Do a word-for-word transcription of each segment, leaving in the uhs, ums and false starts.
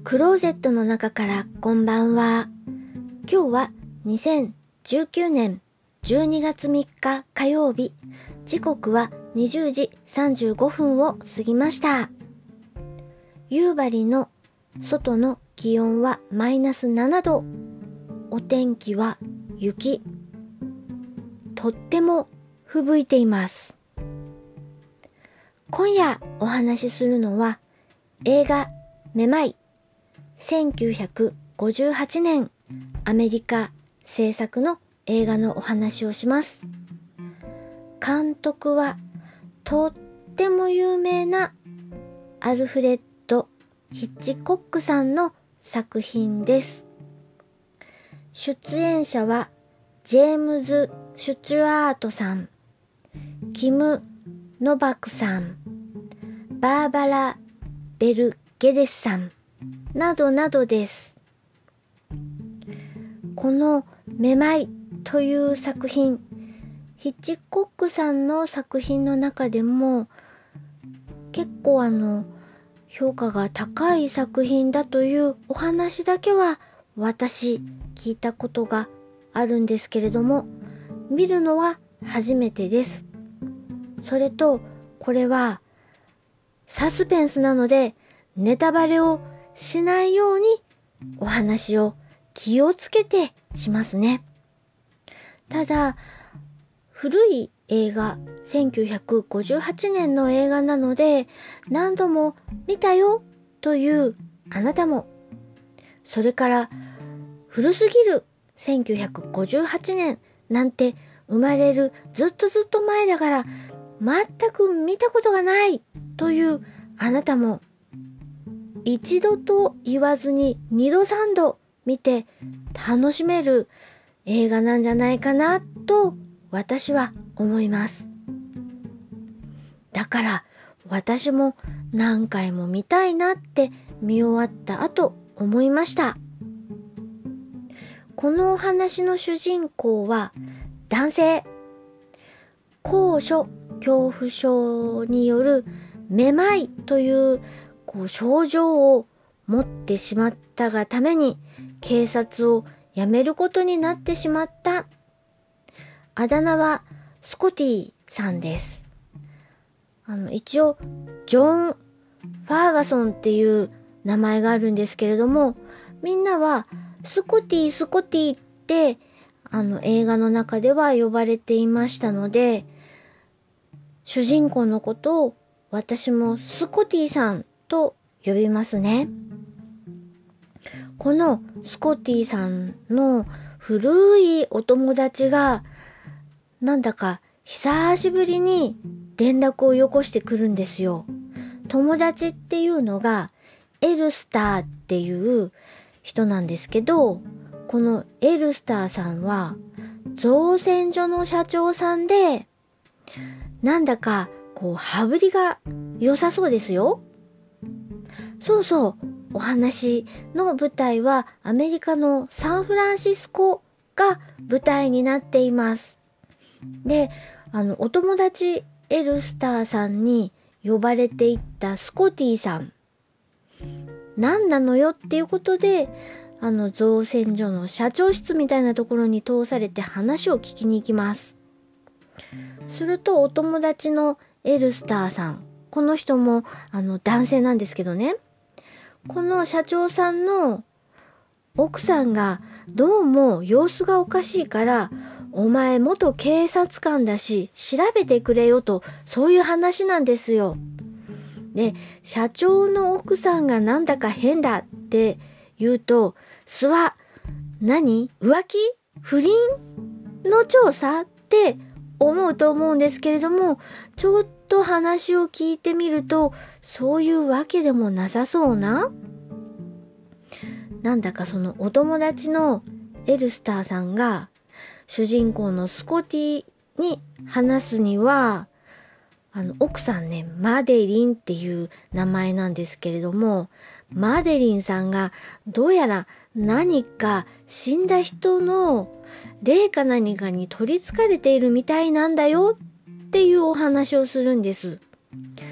クローゼットの中からこんばんは。今日はにせんじゅうきゅうねんじゅうにがつみっか火曜日。時刻はにじゅうじさんじゅうごふんを過ぎました。夕張の外の気温はマイナスななど。お天気は雪。とっても吹雪いています。今夜お話しするのは映画めまい。せんきゅうひゃくごじゅうはちねんアメリカ制作の映画のお話をします。監督はとっても有名なアルフレッド・ヒッチコックさんの作品です。出演者はジェームズ・シュチュアートさん、キム・ノバクさん、バーバラ・ベルゲデスさんなどなどです。このめまいという作品、ヒッチコックさんの作品の中でも結構あの評価が高い作品だというお話だけは私聞いたことがあるんですけれども、見るのは初めてです。それとこれはサスペンスなのでネタバレをしないようにお話を気をつけてしますね。ただ古い映画、せんきゅうひゃくごじゅうはちねんの映画なので何度も見たよというあなたも、それから古すぎるせんきゅうひゃくごじゅうはちねんなんて生まれるずっとずっと前だから全く見たことがないというあなたも、一度と言わずに二度三度見て楽しめる映画なんじゃないかなと私は思います。だから私も何回も見たいなって見終わった後思いました。このお話の主人公は男性。高所恐怖症によるめまいというこう症状を持ってしまったがために警察を辞めることになってしまった。あだ名はスコティさんです。あの一応ジョン・ファーガソンっていう名前があるんですけれども、みんなはスコティスコティってあの映画の中では呼ばれていましたので、主人公のことを私もスコティさんと呼びますね。このスコティさんの古いお友達がなんだか久しぶりに連絡をよこしてくるんですよ。友達っていうのがエルスターっていう人なんですけど、このエルスターさんは造船所の社長さんで、なんだかこう羽振りが良さそうですよ。そうそう、お話の舞台はアメリカのサンフランシスコが舞台になっています。で、あのお友達エルスターさんに呼ばれていったスコティさん、何なのよっていうことで、あの造船所の社長室みたいなところに通されて話を聞きに行きます。するとお友達のエルスターさん、この人もあの男性なんですけどね、この社長さんの奥さんがどうも様子がおかしいから、お前元警察官だし調べてくれよと、そういう話なんですよ。で、社長の奥さんがなんだか変だって言うと、すわ、何？浮気？不倫の調査って思うと思うんですけれども、ちょっと話を聞いてみるとそういうわけでもなさそうな。なんだかそのお友達のエルスターさんが主人公のスコティに話すには、あの奥さんね、マデリンっていう名前なんですけれども、マデリンさんがどうやら何か死んだ人の霊か何かに取り憑かれているみたいなんだよっていうお話をするんです。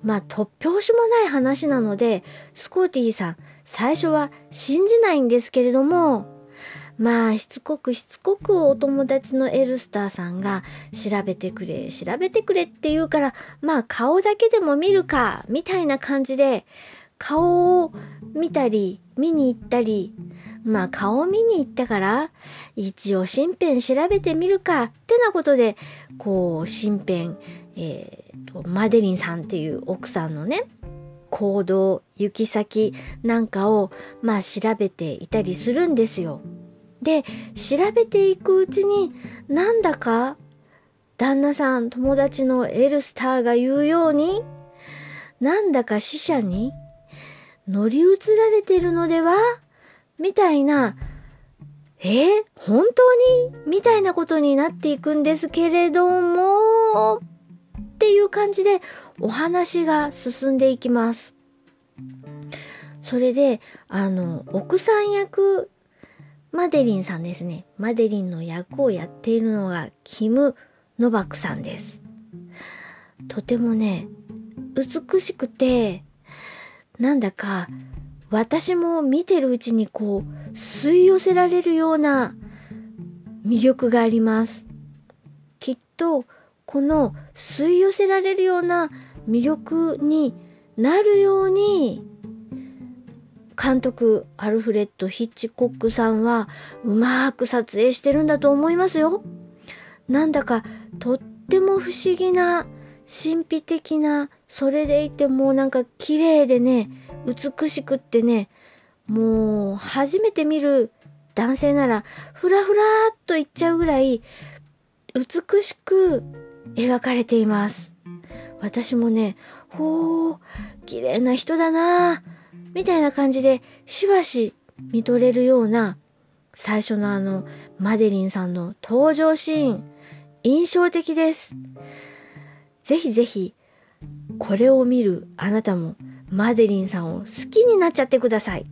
まあ突拍子もない話なので、スコティさん最初は信じないんですけれども、まあしつこくしつこくお友達のエルスターさんが調べてくれ調べてくれって言うから、まあ顔だけでも見るかみたいな感じで顔を見たり見に行ったり、まあ顔を見に行ったから一応身辺調べてみるかってなことで、こう身辺、えーとマデリンさんっていう奥さんのね行動行き先なんかをまあ調べていたりするんですよ。で調べていくうちになんだか旦那さん友達のエルスターが言うように、なんだか死者に乗り移られてるのではみたいな、えー、本当にみたいなことになっていくんですけれどもっていう感じでお話が進んでいきます。それであの奥さん役マデリンさんですね。マデリンの役をやっているのがキム・ノバクさんです。とてもね美しくて、なんだか私も見てるうちにこう吸い寄せられるような魅力があります。きっとこの吸い寄せられるような魅力になるように監督アルフレッド・ヒッチコックさんはうまく撮影してるんだと思いますよ。なんだかとっても不思議な神秘的な、それでいてもうなんか綺麗でね美しくってね、もう初めて見る男性ならフラフラーっといっちゃうぐらい美しく描かれています。私もね、ほー綺麗な人だなみたいな感じでしばし見とれるような、最初のあのマデリンさんの登場シーン印象的です。ぜひぜひこれを見るあなたもマデリンさんを好きになっちゃってください。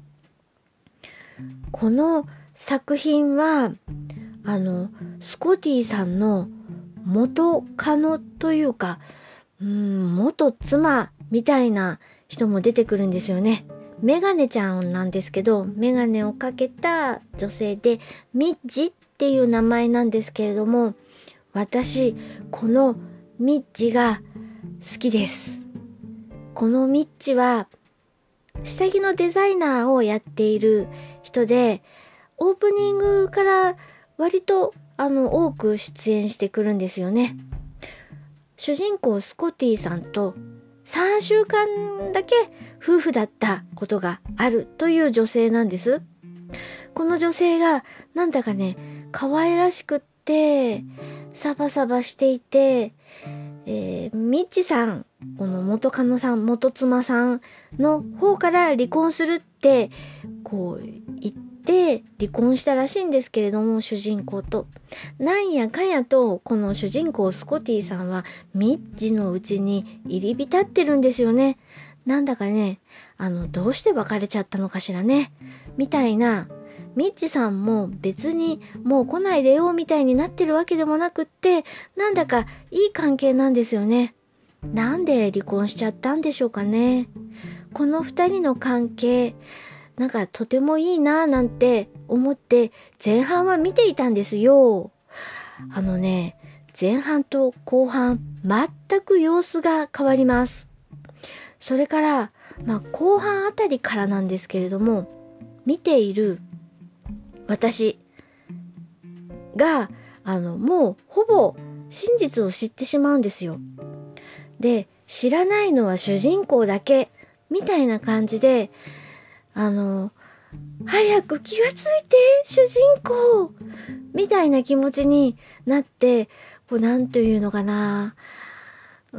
この作品はあのスコティさんの元カノというか、うーん元妻みたいな人も出てくるんですよね。メガネちゃんなんですけど、メガネをかけた女性でミッジっていう名前なんですけれども、私このミッジが好きです。このミッジは下着のデザイナーをやっている人で、オープニングから割とあの多く出演してくるんですよね。主人公スコティさんとさんしゅうかんだけ夫婦だったことがあるという女性なんです。この女性がなんだかね可愛らしくってサバサバしていて、えー、ミッチさん、この元カノさん元妻さんの方から離婚するってこう言って離婚したらしいんですけれども、主人公となんやかんやとこの主人公スコティさんはミッチのうちに入り浸ってるんですよね。なんだかねあのどうして別れちゃったのかしらねみたいな、ミッチさんも別にもう来ないでよみたいになってるわけでもなくって、なんだかいい関係なんですよね。なんで離婚しちゃったんでしょうかね。この二人の関係なんかとてもいいなぁなんて思って前半は見ていたんですよ。あのね前半と後半全く様子が変わります。それからまあ後半あたりからなんですけれども、見ている私があのもうほぼ真実を知ってしまうんですよ。で知らないのは主人公だけみたいな感じで、あの早く気がついて主人公みたいな気持ちになって、こうなんというのかな、うー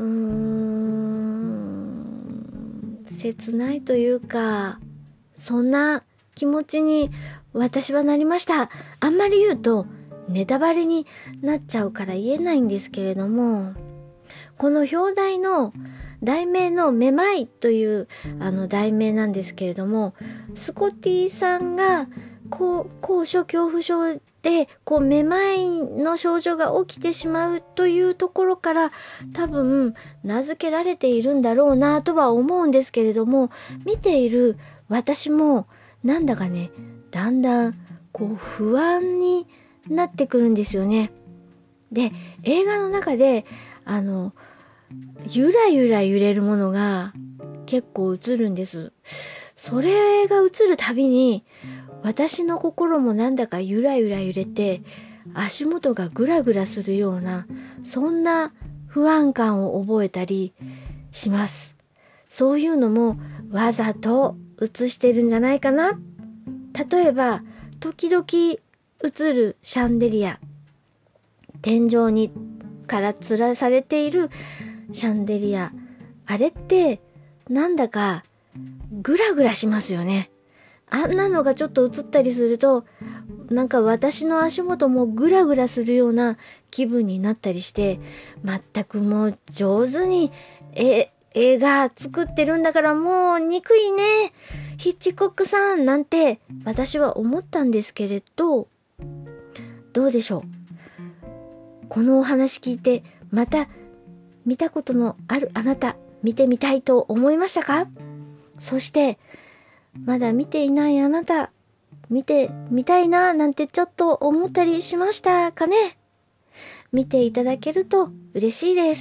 ん切ないというか、そんな気持ちに私はなりました。あんまり言うとネタバレになっちゃうから言えないんですけれども、この表題の題名のめまいというあの題名なんですけれども、スコティさんが高高所恐怖症で、こう、めまいの症状が起きてしまうというところから、多分、名付けられているんだろうなとは思うんですけれども、見ている私も、なんだかね、だんだん、こう、不安になってくるんですよね。で、映画の中で、あの、ゆらゆら揺れるものが結構映るんです。それが映るたびに、私の心もなんだかゆらゆら揺れて、足元がグラグラするような、そんな不安感を覚えたりします。そういうのもわざと映してるんじゃないかな。例えば、時々映るシャンデリア、天井にから吊らされているシャンデリア、あれってなんだかグラグラしますよね。あんなのがちょっと映ったりすると、なんか私の足元もグラグラするような気分になったりして、全くもう上手にえ映画作ってるんだからもう憎いね、ヒッチコックさんなんて私は思ったんですけれど、どうでしょう。このお話聞いてまた見たことのあるあなた、見てみたいと思いましたか？そしてまだ見ていないあなた、見てみたいななんてちょっと思ったりしましたかね？見ていただけると嬉しいです。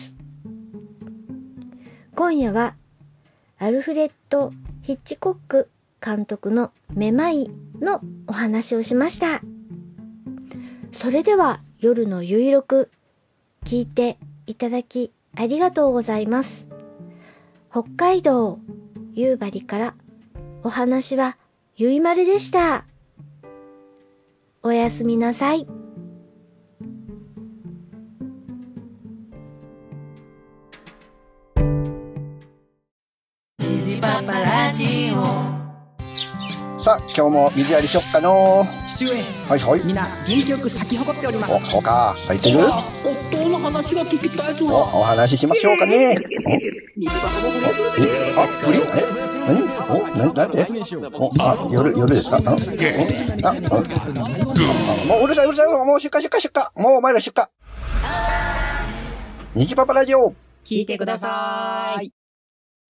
今夜はアルフレッド・ヒッチコック監督のめまいのお話をしました。それでは夜のゆいろく聞いていただきありがとうございます。北海道夕張からお話はゆいまるでした。おやすみなさい。 さあ、今日も水やりしよっかの。 父上、 はいはい。 みんな元気よく咲き誇っております。 お、そうか。入ってる？ 夫の話が聞きたいぞ。 お、お話ししましょうかね。 水箱も嬉しいえ、あ、プリン？え、何？お、な、なんて？お、あ、夜、夜ですか？あ、あ、あ、もううるさいうるさい。もう出荷出荷出荷。もうお前ら出荷。虹パパラジオ。 聞いてください。